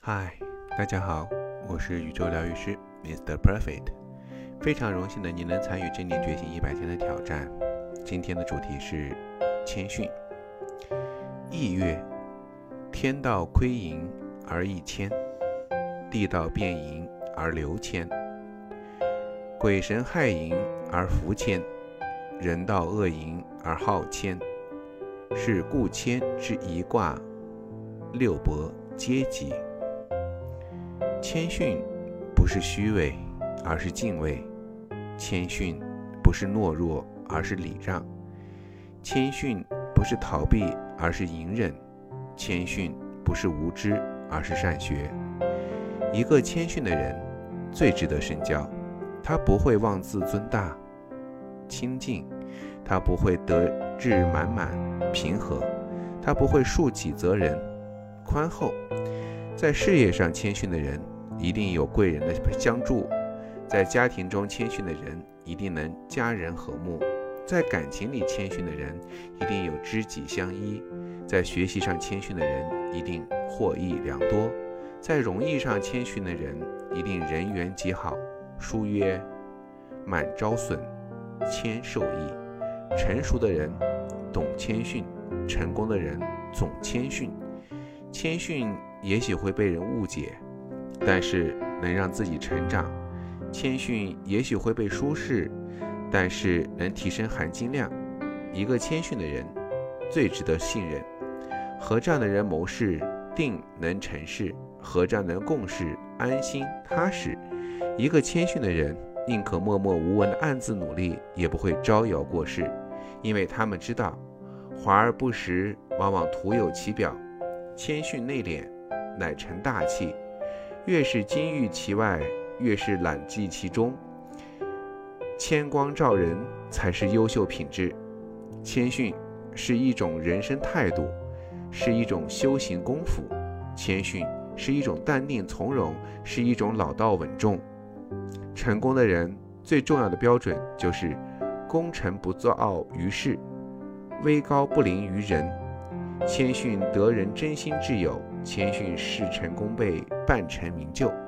嗨，大家好，我是宇宙疗愈师 Mr. Perfect， 非常荣幸的你能参与正念觉醒100天的挑战。今天的主题是谦逊。易乐，天道亏盈而益谦，地道变盈而流谦，鬼神害盈而福谦，人道恶盈而好谦，是故谦之一卦，六博皆吉。谦逊不是虚伪，而是敬畏；谦逊不是懦弱，而是礼让；谦逊不是逃避，而是隐忍；谦逊不是无知，而是善学。一个谦逊的人最值得深交，他不会妄自尊大、亲近，他不会得志满满、平和，他不会恕己责人、宽厚。在事业上谦逊的人一定有贵人的相助，在家庭中谦逊的人一定能家人和睦，在感情里谦逊的人一定有知己相依，在学习上谦逊的人一定获益良多，在容易上谦逊的人一定人缘极好。书曰：满招损，谦受益。成熟的人懂谦逊，成功的人总谦逊。谦逊也许会被人误解，但是能让自己成长；谦逊也许会被疏视，但是能提升含金量。一个谦逊的人最值得信任，和这样的人谋事定能成事，和这样的人共事安心踏实。一个谦逊的人宁可默默无闻的暗自努力，也不会招摇过市，因为他们知道华而不实往往徒有其表，谦逊内敛乃成大器。越是金玉其外，越是揽迹其中。谦光照人才是优秀品质。谦逊是一种人生态度，是一种修行功夫。谦逊是一种淡定从容，是一种老道稳重。成功的人最重要的标准就是功成不作傲于世，威高不临于人。谦逊得人真心挚友，谦逊事成功倍，半成名就。